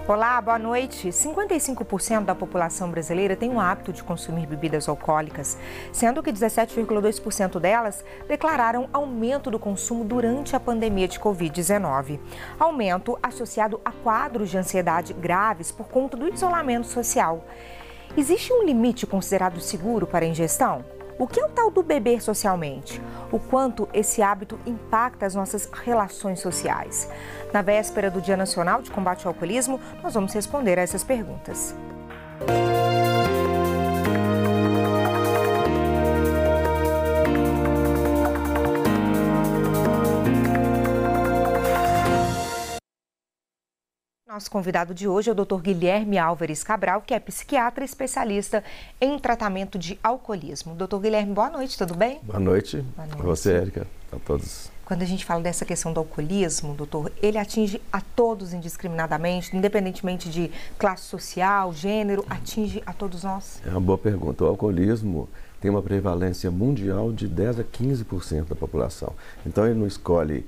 Olá, boa noite. 55% da população brasileira tem o hábito de consumir bebidas alcoólicas, sendo que 17,2% delas declararam aumento do consumo durante a pandemia de Covid-19. Aumento associado a quadros de ansiedade graves por conta do isolamento social. Existe um limite considerado seguro para a ingestão? O que é o tal do beber socialmente? O quanto esse hábito impacta as nossas relações sociais? Na véspera do Dia Nacional de Combate ao Alcoolismo, nós vamos responder a essas perguntas. Nosso convidado de hoje é o Dr. Guilherme Álvares Cabral, que é psiquiatra especialista em tratamento de alcoolismo. Dr. Guilherme, boa noite, tudo bem? Boa noite. Boa noite. A você, Érica, a todos. Quando a gente fala dessa questão do alcoolismo, doutor, ele atinge a todos indiscriminadamente, independentemente de classe social, gênero, atinge a todos nós? É uma boa pergunta. O alcoolismo tem uma prevalência mundial de 10 a 15% da população. Então ele não escolhe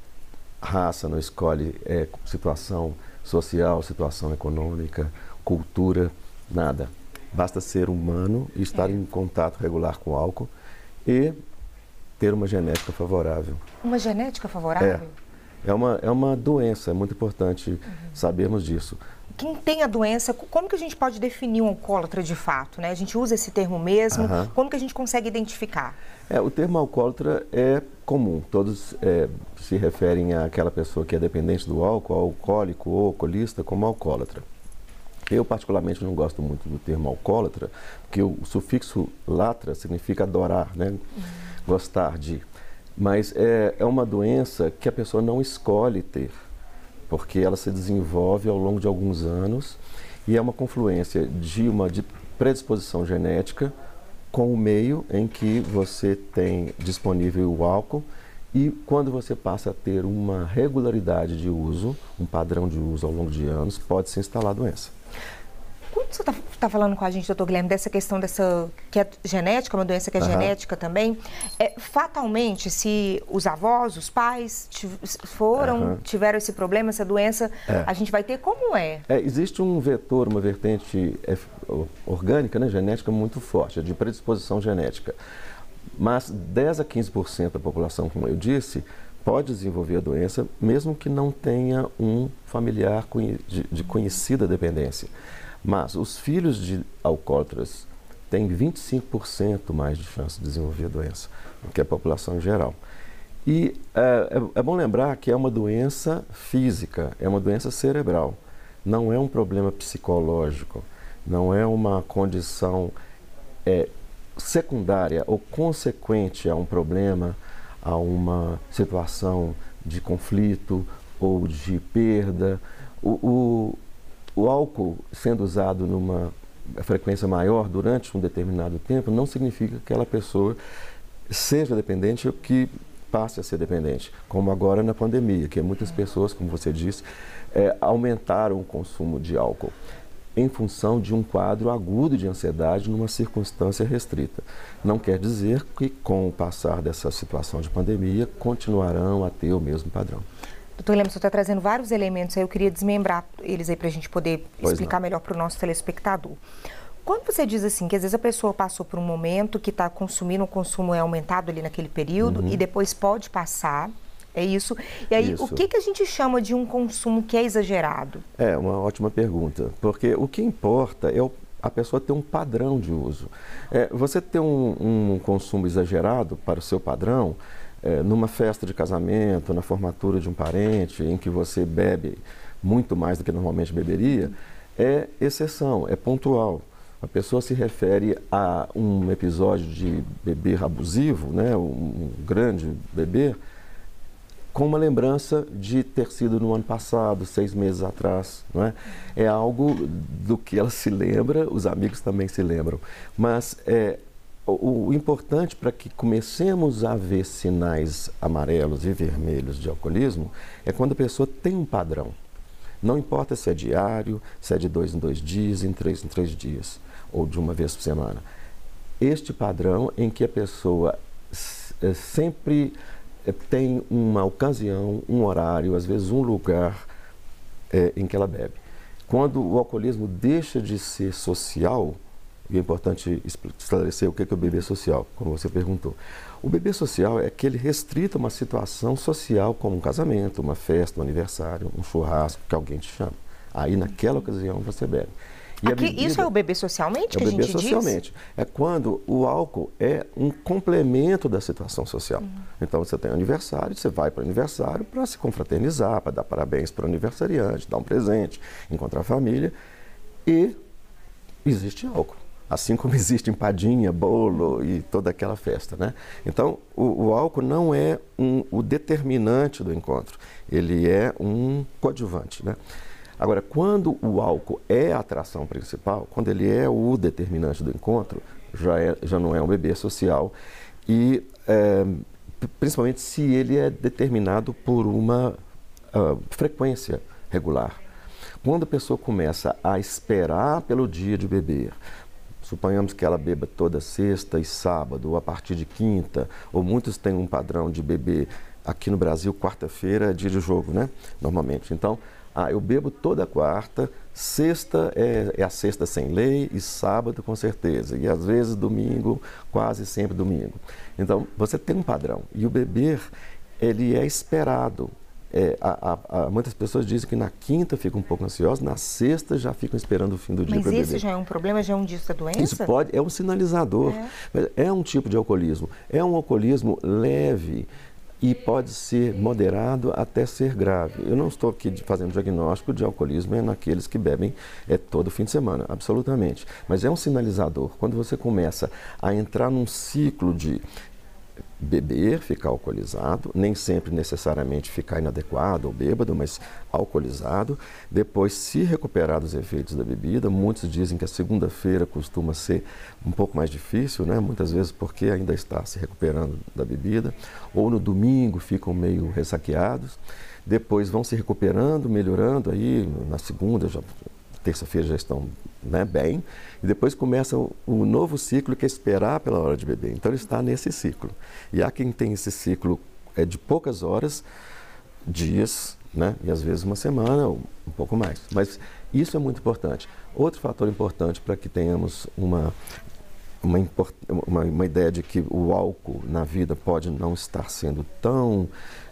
raça, não escolhe situação social, situação econômica, cultura, nada. Basta ser humano e estar em contato regular com o álcool e ter uma genética favorável. Uma genética favorável? É uma doença, é muito importante sabermos disso. Quem tem a doença, como que a gente pode definir um alcoólatra de fato, né? A gente usa esse termo mesmo, como que a gente consegue identificar? O termo alcoólatra é comum, todos se referem àquela pessoa que é dependente do álcool, alcoólico ou alcoolista, como alcoólatra. Eu particularmente não gosto muito do termo alcoólatra, porque o sufixo latra significa adorar, né? Gostar de. Mas é uma doença que a pessoa não escolhe ter, porque ela se desenvolve ao longo de alguns anos e é uma confluência de predisposição genética com o meio em que você tem disponível o álcool e quando você passa a ter uma regularidade de uso, um padrão de uso ao longo de anos, pode se instalar a doença. Quando você está falando com a gente, doutor Guilherme, dessa questão que é genética, uma doença que é genética também, fatalmente, se os avós, os pais tiveram esse problema, essa doença, a gente vai ter como é? Existe um vetor, uma vertente orgânica, né, genética muito forte, de predisposição genética. Mas 10 a 15% da população, como eu disse, pode desenvolver a doença, mesmo que não tenha um familiar de conhecida dependência. Mas os filhos de alcoólatras têm 25% mais de chance de desenvolver a doença do que a população em geral. E é bom lembrar que é uma doença física, é uma doença cerebral. Não é um problema psicológico, não é uma condição secundária ou consequente a um problema, a uma situação de conflito ou de perda. O álcool sendo usado numa frequência maior durante um determinado tempo não significa que aquela pessoa seja dependente ou que passe a ser dependente, como agora na pandemia, que muitas pessoas, como você disse, aumentaram o consumo de álcool em função de um quadro agudo de ansiedade numa circunstância restrita. Não quer dizer que com o passar dessa situação de pandemia continuarão a ter o mesmo padrão. Doutor Guilherme, você está trazendo vários elementos aí, eu queria desmembrar eles aí para a gente poder explicar melhor para o nosso telespectador. Quando você diz assim, que às vezes a pessoa passou por um momento que está consumindo, o consumo é aumentado ali naquele período e depois pode passar, é isso? E aí, o que a gente chama de um consumo que é exagerado? É uma ótima pergunta, porque o que importa é a pessoa ter um padrão de uso. Você ter um consumo exagerado para o seu padrão, numa festa de casamento, na formatura de um parente, em que você bebe muito mais do que normalmente beberia, é exceção, é pontual. A pessoa se refere a um episódio de beber abusivo, né, um grande beber, com uma lembrança de ter sido no ano passado, 6 meses atrás. Não é? É algo do que ela se lembra, os amigos também se lembram. Mas o importante para que comecemos a ver sinais amarelos e vermelhos de alcoolismo é quando a pessoa tem um padrão. Não importa se é diário, se é de 2 em 2 dias, em 3 dias, ou de uma vez por semana. Este padrão em que a pessoa sempre tem uma ocasião, um horário, às vezes um lugar em que ela bebe. Quando o alcoolismo deixa de ser social, e é importante esclarecer o que é o bebê social, como você perguntou. O bebê social é aquele restrito a uma situação social, como um casamento, uma festa, um aniversário, um churrasco, que alguém te chama. Aí, naquela ocasião, você bebe. Aqui, bebida, isso é o bebê socialmente que a gente diz? É o bebê socialmente. É quando o álcool é um complemento da situação social. Então, você tem aniversário, você vai para o aniversário para se confraternizar, para dar parabéns para o aniversariante, dar um presente, encontrar a família. E existe álcool. Assim como existe empadinha, bolo e toda aquela festa, né? Então, o álcool não é o determinante do encontro. Ele é um coadjuvante, né? Agora, quando o álcool é a atração principal, quando ele é o determinante do encontro, já não é um bebê social e principalmente se ele é determinado por uma frequência regular. Quando a pessoa começa a esperar pelo dia de beber, suponhamos que ela beba toda sexta e sábado, ou a partir de quinta, ou muitos têm um padrão de beber, aqui no Brasil, quarta-feira é dia de jogo, né? Normalmente. Então, eu bebo toda quarta, sexta é a sexta sem lei e sábado com certeza. E às vezes domingo, quase sempre domingo. Então, você tem um padrão. E o beber, ele é esperado. Muitas pessoas dizem que na quinta ficam um pouco ansiosas, na sexta já ficam esperando o fim do dia para beber. Mas esse já é um problema, já é um indício da doença? Isso é um sinalizador. Mas é um tipo de alcoolismo. É um alcoolismo leve e pode ser moderado até ser grave. Eu não estou aqui fazendo diagnóstico de alcoolismo naqueles que bebem todo fim de semana, absolutamente. Mas é um sinalizador. Quando você começa a entrar num ciclo de beber, ficar alcoolizado, nem sempre necessariamente ficar inadequado ou bêbado, mas alcoolizado, depois se recuperar dos efeitos da bebida. Muitos dizem que a segunda-feira costuma ser um pouco mais difícil, né? Muitas vezes porque ainda está se recuperando da bebida, ou no domingo ficam meio ressaqueados, depois vão se recuperando, melhorando, aí na segunda, terça-feira já estão bem, e depois começa o novo ciclo que é esperar pela hora de beber. Então ele está nesse ciclo. E há quem tem esse ciclo de poucas horas, dias, né? E às vezes uma semana ou um pouco mais. Mas isso é muito importante. Outro fator importante para que tenhamos uma ideia de que o álcool na vida pode não estar sendo tão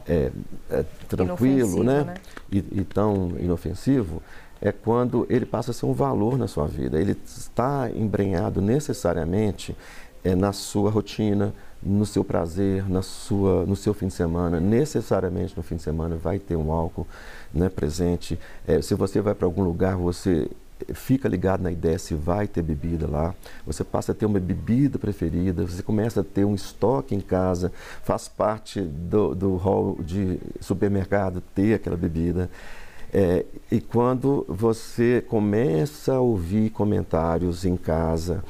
tranquilo, né? E tão inofensivo, é quando ele passa a ser um valor na sua vida. Ele está embrenhado necessariamente na sua rotina, no seu prazer, no seu fim de semana. Necessariamente no fim de semana vai ter um álcool, né, presente. Se você vai para algum lugar, você fica ligado na ideia se vai ter bebida lá. Você passa a ter uma bebida preferida, você começa a ter um estoque em casa, faz parte do hall de supermercado ter aquela bebida. E quando você começa a ouvir comentários em casa,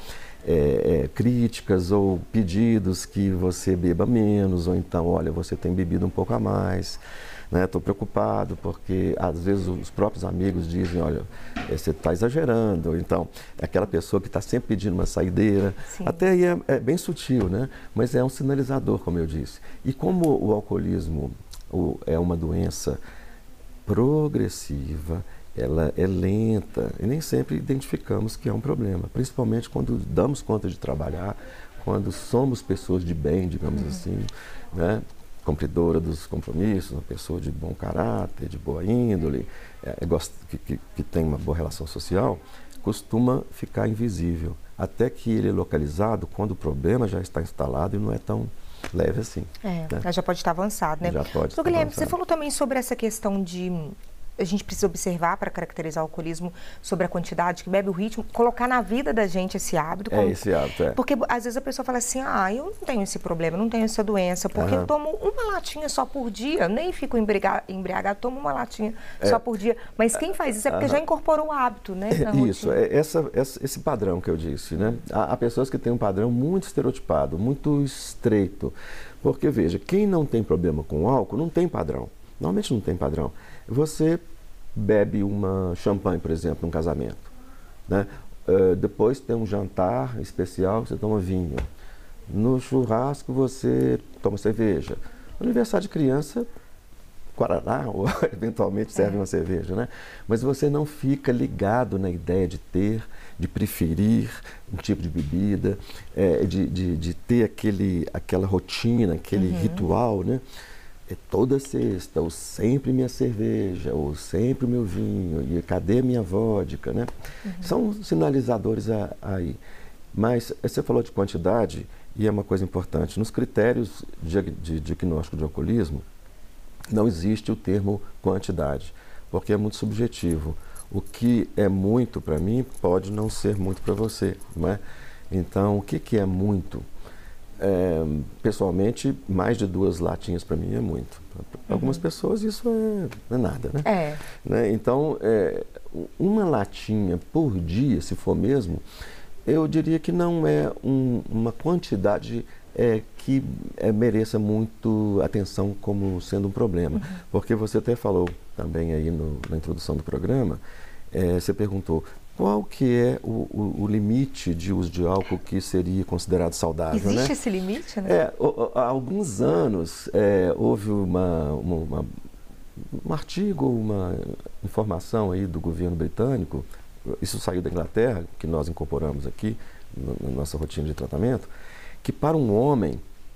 críticas ou pedidos que você beba menos, ou então, olha, você tem bebido um pouco a mais, né? Estou preocupado porque às vezes os próprios amigos dizem, olha, você está exagerando, ou então aquela pessoa que está sempre pedindo uma saideira. Sim. Até aí é bem sutil, né? Mas é um sinalizador, como eu disse. E como o alcoolismo é uma doença progressiva, ela é lenta e nem sempre identificamos que é um problema, principalmente quando damos conta de trabalhar, quando somos pessoas de bem, digamos assim, né? Cumpridora dos compromissos, uma pessoa de bom caráter, de boa índole, que tem uma boa relação social, costuma ficar invisível, até que ele é localizado quando o problema já está instalado e não é tão leve assim. Né? Já pode estar avançado, né? Já pode estar Guilherme, avançado. Você falou também sobre essa questão de a gente precisa observar para caracterizar o alcoolismo sobre a quantidade que bebe, o ritmo, colocar na vida da gente esse hábito. Esse hábito, Porque às vezes a pessoa fala assim, eu não tenho esse problema, não tenho essa doença, porque eu tomo uma latinha só por dia, nem fico embriagado, tomo uma latinha só por dia. Mas quem faz isso é porque já incorporou o hábito, né? Isso, esse padrão que eu disse, né? Há pessoas que têm um padrão muito estereotipado, muito estreito. Porque, veja, quem não tem problema com álcool não tem padrão. Normalmente não tem padrão. Você bebe uma champanhe, por exemplo, num casamento, né? Depois tem um jantar especial, você toma vinho. No churrasco você toma cerveja. No aniversário de criança, guaraná ou eventualmente serve uma cerveja, né? Mas você não fica ligado na ideia de ter, de preferir um tipo de bebida, de ter aquela rotina, aquele ritual, né? É toda sexta, ou sempre minha cerveja, ou sempre o meu vinho, e cadê a minha vodka, né? São sinalizadores aí. Mas você falou de quantidade, e é uma coisa importante. Nos critérios de diagnóstico de alcoolismo, não existe o termo quantidade, porque é muito subjetivo. O que é muito para mim pode não ser muito para você, não é? Então, o que é muito? Pessoalmente, mais de 2 latinhas para mim é muito. Para algumas pessoas isso é nada, né? Né? Então, uma latinha por dia, se for mesmo, eu diria que não é uma quantidade que mereça muito atenção como sendo um problema. Porque você até falou também aí na introdução do programa, você perguntou qual que é o limite de uso de álcool que seria considerado saudável. Existe, né? Esse limite? Né? Há alguns anos houve um artigo, uma informação aí do governo britânico, isso saiu da Inglaterra, que nós incorporamos aqui na nossa rotina de tratamento, que para um homem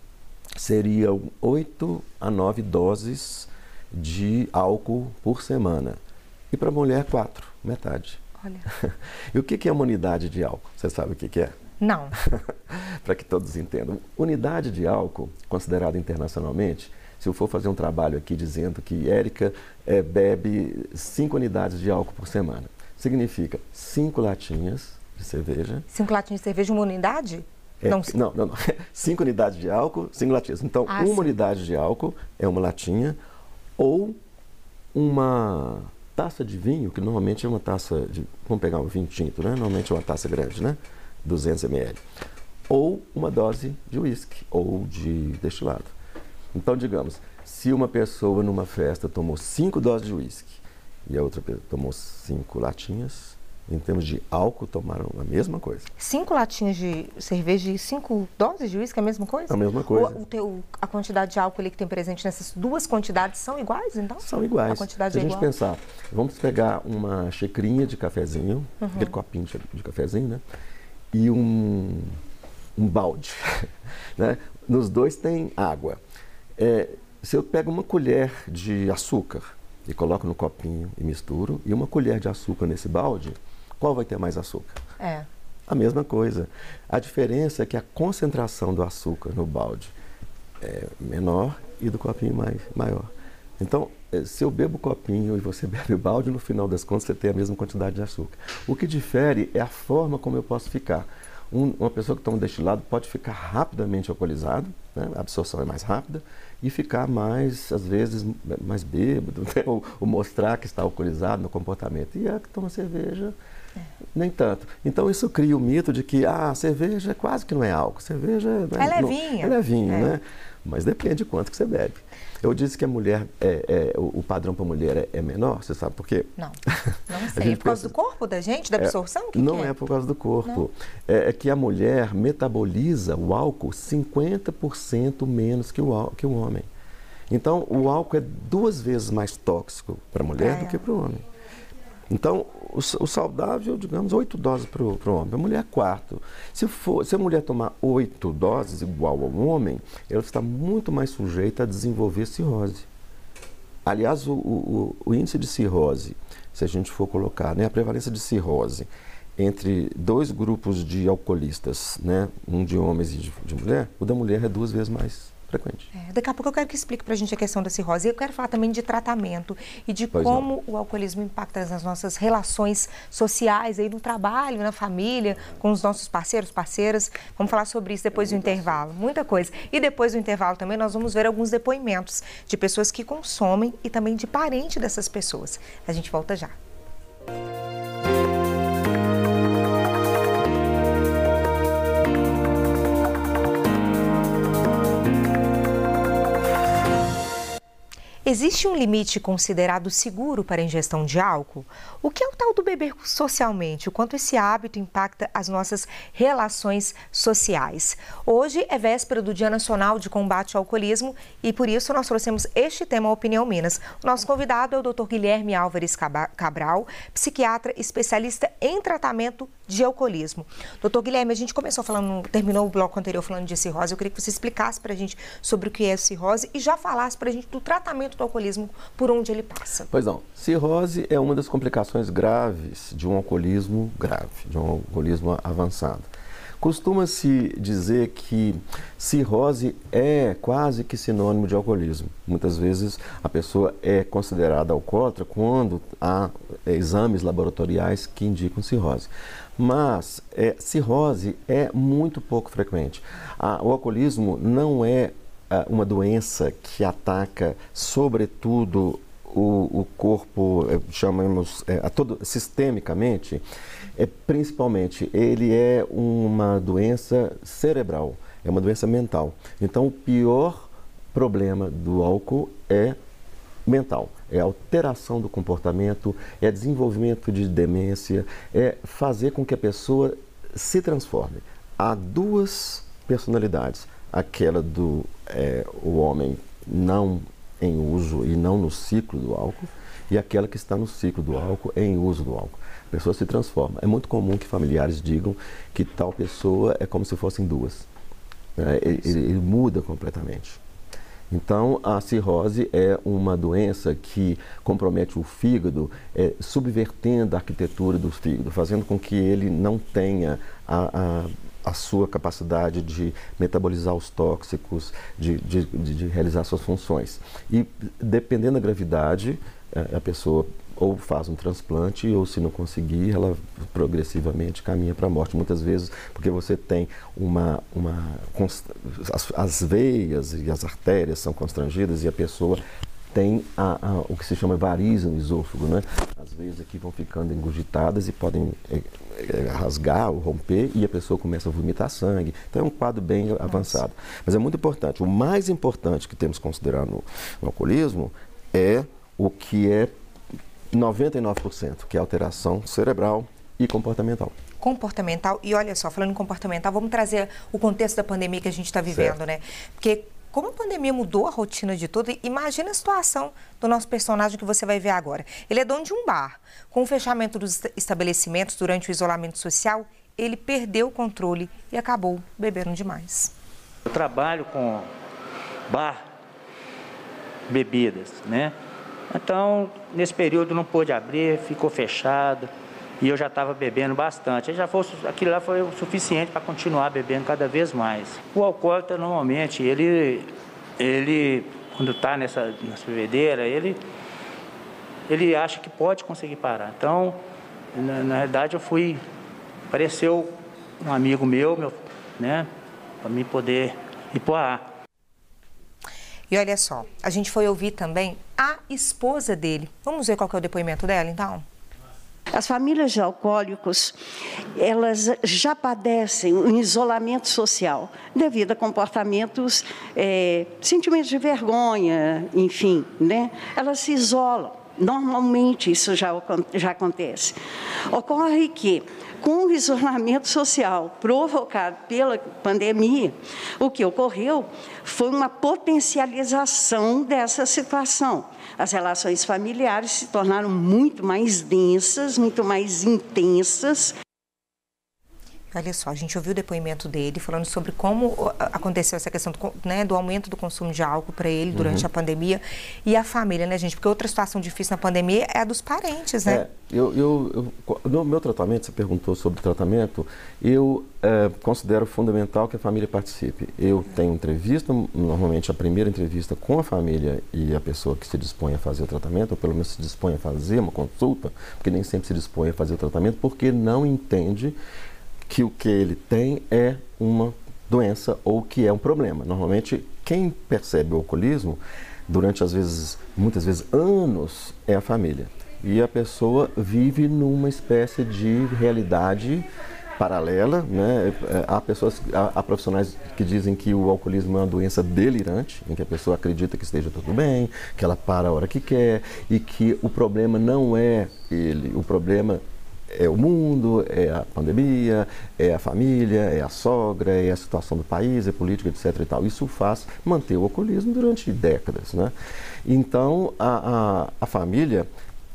seriam 8 a 9 doses de álcool por semana. E para a mulher, 4, metade. Olha. E o que é uma unidade de álcool? Você sabe o que é? Não. Para que todos entendam. Unidade de álcool, considerada internacionalmente, se eu for fazer um trabalho aqui dizendo que Érica bebe 5 unidades de álcool por semana, significa 5 latinhas de cerveja. 5 latinhas de cerveja, uma unidade? Não. 5 unidades de álcool, 5 latinhas. Então, uma unidade de álcool é uma latinha ou uma taça de vinho, que normalmente é uma taça de... Vamos pegar um vinho tinto, né? Normalmente é uma taça grande, né? 200 ml. Ou uma dose de uísque ou de destilado. Então, digamos, se uma pessoa numa festa tomou 5 doses de uísque e a outra tomou 5 latinhas, em termos de álcool, tomaram a mesma coisa. 5 latinhas de cerveja e 5 doses de uísque é a mesma coisa? A mesma coisa. A quantidade de álcool que tem presente nessas duas quantidades são iguais, então? São iguais. A quantidade Se a gente igual? pensar, vamos pegar uma xicrinha de cafezinho, aquele copinho de cafezinho, né? E um balde, né? Nos dois tem água. Se eu pego uma colher de açúcar e coloco no copinho e misturo, e uma colher de açúcar nesse balde, qual vai ter mais açúcar? A mesma coisa. A diferença é que a concentração do açúcar no balde é menor e do copinho maior. Então, se eu bebo o copinho e você bebe o balde, no final das contas você tem a mesma quantidade de açúcar. O que difere é a forma como eu posso ficar. Uma pessoa que toma destilado pode ficar rapidamente alcoolizado, né? A absorção é mais rápida, e ficar mais, às vezes, mais bêbado, né? ou mostrar que está alcoolizado no comportamento. E a que toma cerveja, nem tanto. Então isso cria o mito de que a cerveja quase que não é álcool, cerveja é levinha. É levinha, né? Mas depende de quanto que você bebe. Eu disse que a mulher, o padrão para a mulher é menor, você sabe por quê? Não sei. É por causa do corpo da gente, da absorção? Não é por causa do corpo. É que a mulher metaboliza o álcool 50% menos que o homem. Então, o álcool é 2 vezes mais tóxico para a mulher do que para o homem. Então, o saudável, digamos, 8 doses para o homem, a mulher 4. Se a mulher tomar 8 doses igual ao homem, ela está muito mais sujeita a desenvolver cirrose. Aliás, o índice de cirrose, se a gente for colocar, né, a prevalência de cirrose entre 2 grupos de alcoolistas, né, um de homens e de mulher, o da mulher é 2 vezes mais frequente. Daqui a pouco eu quero que explique para a gente a questão da cirrose. Eu quero falar também de tratamento e de como o alcoolismo impacta nas nossas relações sociais, aí no trabalho, na família, com os nossos parceiros, parceiras. Vamos falar sobre isso depois do intervalo. Muita coisa. E depois do intervalo também nós vamos ver alguns depoimentos de pessoas que consomem e também de parentes dessas pessoas. A gente volta já. Existe um limite considerado seguro para a ingestão de álcool? O que é o tal do beber socialmente? O quanto esse hábito impacta as nossas relações sociais? Hoje é véspera do Dia Nacional de Combate ao Alcoolismo e por isso nós trouxemos este tema ao Opinião Minas. O nosso convidado é o Dr. Guilherme Álvares Cabral, psiquiatra especialista em tratamento de alcoolismo. Doutor Guilherme, a gente terminou o bloco anterior falando de cirrose. Eu queria que você explicasse para a gente sobre o que é cirrose e já falasse para a gente do tratamento do alcoolismo, por onde ele passa. Pois não, cirrose é uma das complicações graves de um alcoolismo grave, de um alcoolismo avançado. Costuma-se dizer que cirrose é quase que sinônimo de alcoolismo. Muitas vezes a pessoa é considerada alcoólatra quando há exames laboratoriais que indicam cirrose. Mas cirrose é muito pouco frequente. O alcoolismo não é uma doença que ataca sobretudo o corpo, chamamos sistemicamente. Principalmente, ele é uma doença cerebral, é uma doença mental. Então, o pior problema do álcool é mental, é alteração do comportamento, é desenvolvimento de demência, é fazer com que a pessoa se transforme. Há duas personalidades, aquela do o homem não em uso e não no ciclo do álcool, e aquela que está no ciclo do álcool em uso do álcool. A pessoa se transforma. É muito comum que familiares digam que tal pessoa é como se fossem duas. Ele muda completamente. Então, a cirrose é uma doença que compromete o fígado, subvertendo a arquitetura do fígado, fazendo com que ele não tenha a sua capacidade de metabolizar os tóxicos, de realizar suas funções. E, dependendo da gravidade, a pessoa ou faz um transplante, ou se não conseguir, ela progressivamente caminha para a morte. Muitas vezes, porque você tem as veias e as artérias são constrangidas e a pessoa tem o que se chama varize no esôfago, né? As veias aqui vão ficando engurgitadas e podem rasgar ou romper e a pessoa começa a vomitar sangue. Então é um quadro bem avançado. Mas é muito importante. O mais importante que temos que considerar no alcoolismo é o que é 99%, que é alteração cerebral e comportamental. Comportamental, e olha só, falando em comportamental, vamos trazer o contexto da pandemia que a gente está vivendo, certo, né? Porque como a pandemia mudou a rotina de tudo, imagina a situação do nosso personagem que você vai ver agora. Ele é dono de um bar. Com o fechamento dos estabelecimentos durante o isolamento social, ele perdeu o controle e acabou bebendo demais. Eu trabalho com bar, bebidas, né? Então, nesse período não pôde abrir, ficou fechado e eu já estava bebendo bastante. Aquilo lá foi o suficiente para continuar bebendo cada vez mais. O alcoólatra, normalmente, ele quando está nessa bebedeira, ele acha que pode conseguir parar. Então, na verdade, apareceu um amigo meu, né, para mim poder ir para o ar. E olha só, a gente foi ouvir também a esposa dele. Vamos ver qual que é o depoimento dela, então? As famílias de alcoólicos, elas já padecem um isolamento social devido a comportamentos, sentimentos de vergonha, enfim, né? Elas se isolam. Normalmente isso já acontece. Ocorre que, com o isolamento social provocado pela pandemia, o que ocorreu foi uma potencialização dessa situação. As relações familiares se tornaram muito mais densas, muito mais intensas. Olha só, a gente ouviu o depoimento dele falando sobre como aconteceu essa questão do aumento do consumo de álcool para ele durante a pandemia e a família, né, gente? Porque outra situação difícil na pandemia é a dos parentes, né? No meu tratamento, você perguntou sobre o tratamento, eu considero fundamental que a família participe. Eu tenho entrevista, normalmente a primeira entrevista com a família e a pessoa que se dispõe a fazer o tratamento, ou pelo menos se dispõe a fazer uma consulta, porque nem sempre se dispõe a fazer o tratamento, porque não entende que o que ele tem é uma doença ou que é um problema. Normalmente, quem percebe o alcoolismo, durante muitas vezes anos, é a família. E a pessoa vive numa espécie de realidade paralela, né? Há profissionais que dizem que o alcoolismo é uma doença delirante, em que a pessoa acredita que esteja tudo bem, que ela para a hora que quer e que o problema não é ele, o problema é o mundo, é a pandemia, é a família, é a sogra, é a situação do país, é política, etc. e tal. Isso faz manter o alcoolismo durante décadas, né? Então, a família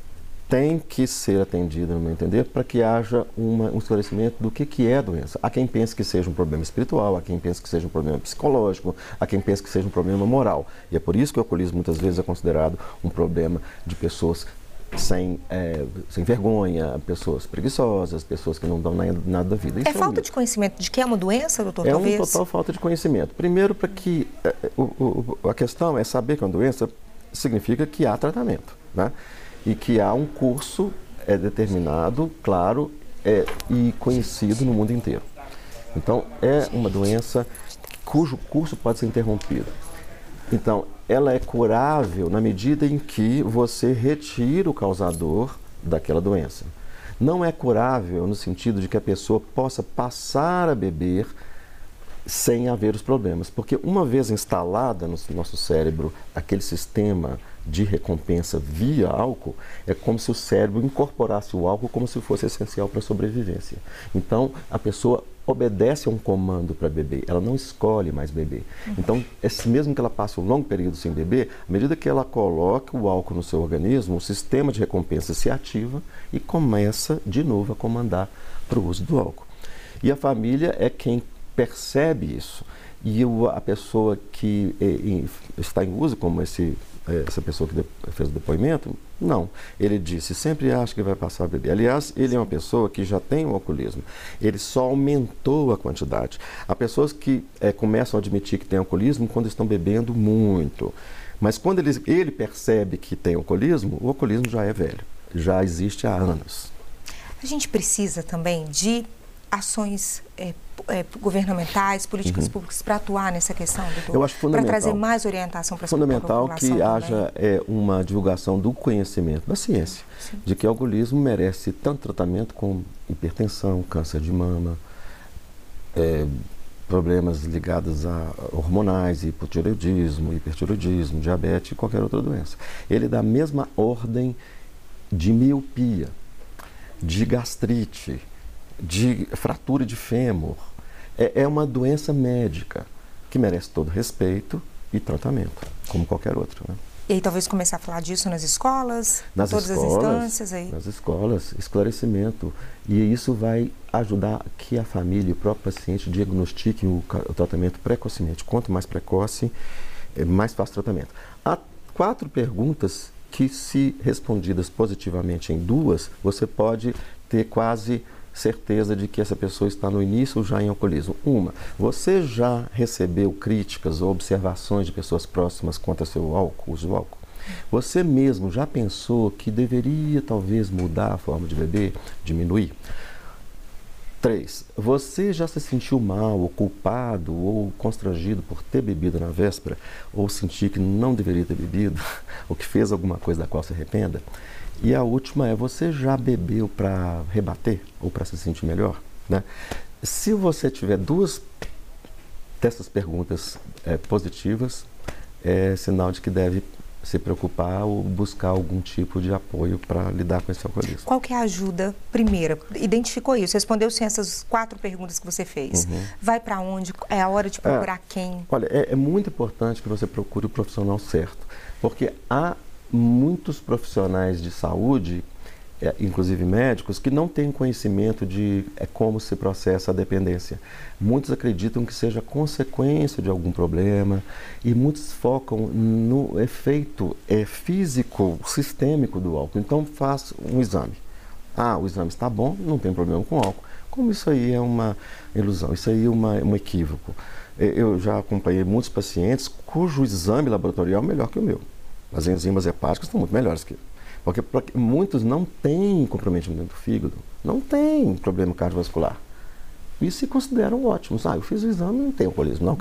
tem que ser atendida, no meu entender, para que haja um esclarecimento do que é a doença. Há quem pense que seja um problema espiritual, há quem pense que seja um problema psicológico, há quem pense que seja um problema moral. E é por isso que o alcoolismo muitas vezes é considerado um problema de pessoas sem vergonha, pessoas preguiçosas, pessoas que não dão nada da vida. Isso é falta de conhecimento de que é uma doença, doutor? É uma total falta de conhecimento. Primeiro, para que a questão é saber que é uma doença significa que há tratamento, né? E que há um curso determinado, claro, e conhecido no mundo inteiro. Então, é uma doença cujo curso pode ser interrompido. Então, ela é curável na medida em que você retira o causador daquela doença. Não é curável no sentido de que a pessoa possa passar a beber sem haver os problemas. Porque uma vez instalada no nosso cérebro aquele sistema de recompensa via álcool, é como se o cérebro incorporasse o álcool como se fosse essencial para a sobrevivência. Então, a pessoa obedece a um comando para beber, ela não escolhe mais beber. Então, mesmo que ela passe um longo período sem beber, à medida que ela coloca o álcool no seu organismo, o sistema de recompensa se ativa e começa de novo a comandar para o uso do álcool. E a família é quem percebe isso. E a pessoa que está em uso, como essa pessoa que fez o depoimento, não. Ele disse, sempre acha que vai passar a beber. Aliás, ele é uma pessoa que já tem o alcoolismo. Ele só aumentou a quantidade. Há pessoas que começam a admitir que têm alcoolismo quando estão bebendo muito. Mas quando ele percebe que tem alcoolismo, o alcoolismo já é velho. Já existe há anos. A gente precisa também de ações governamentais, políticas públicas para atuar nessa questão, doutor? Eu acho fundamental. Para trazer mais orientação para a fundamental que haja uma divulgação do conhecimento, da ciência, de que o alcoolismo merece tanto tratamento como hipertensão, câncer de mama, problemas ligados a hormonais, hipotireoidismo, hipertireoidismo, diabetes e qualquer outra doença. Ele é da mesma ordem de miopia, de gastrite, de fratura de fêmur. É uma doença médica que merece todo respeito e tratamento, como qualquer outro, né? E aí talvez começar a falar disso nas escolas, todas as instâncias aí? Nas escolas, esclarecimento. E isso vai ajudar que a família e o próprio paciente diagnostiquem o tratamento precocemente. Quanto mais precoce, mais fácil o tratamento. Há 4 perguntas que, se respondidas positivamente em 2, você pode ter quase certeza de que essa pessoa está no início ou já em alcoolismo. Uma, você já recebeu críticas ou observações de pessoas próximas quanto ao seu álcool, uso do álcool? Você mesmo já pensou que deveria talvez mudar a forma de beber, diminuir? 3, você já se sentiu mal, ou culpado, ou constrangido por ter bebido na véspera, ou sentir que não deveria ter bebido, ou que fez alguma coisa da qual se arrependa? E a última é, você já bebeu para rebater ou para se sentir melhor, né? Se você tiver 2 dessas perguntas positivas, é sinal de que deve se preocupar ou buscar algum tipo de apoio para lidar com esse alcoolismo. Qual que é a ajuda primeira? Identificou isso, respondeu sim essas 4 perguntas que você fez. Vai para onde? É a hora de procurar quem? Olha, é muito importante que você procure o profissional certo, porque há muitos profissionais de saúde, inclusive médicos, que não têm conhecimento de como se processa a dependência. Muitos acreditam que seja consequência de algum problema e muitos focam no efeito físico, sistêmico do álcool. Então faz um exame. O exame está bom, não tem problema com álcool. Como isso aí é uma ilusão, isso aí é um equívoco. Eu já acompanhei muitos pacientes cujo exame laboratorial é melhor que o meu. As enzimas hepáticas estão muito melhores que eu. Porque muitos não têm comprometimento do fígado, não têm problema cardiovascular. E se consideram ótimos. Eu fiz o exame e não tenho alcoolismo, não, que está perfeito.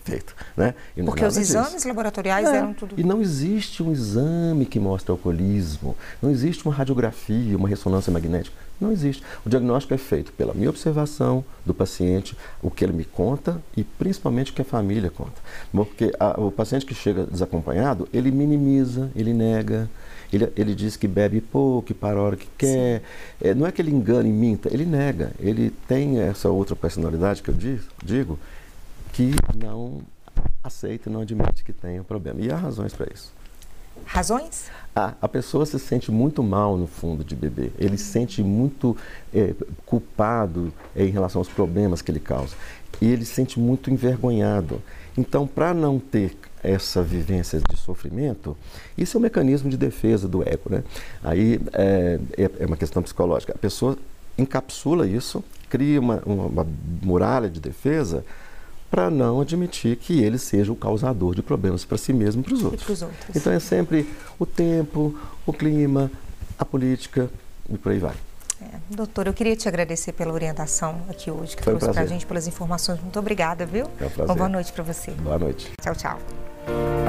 perfeito, né? Porque os exames laboratoriais eram tudo... E não existe um exame que mostre alcoolismo, não existe uma radiografia, uma ressonância magnética, não existe. O diagnóstico é feito pela minha observação do paciente, o que ele me conta e principalmente o que a família conta. Porque o paciente que chega desacompanhado, ele minimiza, ele nega, ele diz que bebe pouco, que para a hora que quer. Não é que ele engana e minta, ele nega. Ele tem essa outra personalidade que eu digo, que não aceita e não admite que tenha problema. E há razões para isso. Razões? A pessoa se sente muito mal no fundo de beber. Ele se sente muito culpado em relação aos problemas que ele causa. E ele se sente muito envergonhado. Então, para não ter essa vivência de sofrimento, isso é um mecanismo de defesa do ego, né? Aí é uma questão psicológica. A pessoa encapsula isso, cria uma muralha de defesa para não admitir que ele seja o causador de problemas para si mesmo e para os outros. Então é sempre o tempo, o clima, a política e por aí vai. Doutor, eu queria te agradecer pela orientação aqui hoje, que trouxe para a gente, pelas informações. Muito obrigada, viu? É um prazer. Uma boa noite para você. Boa noite. Tchau, tchau.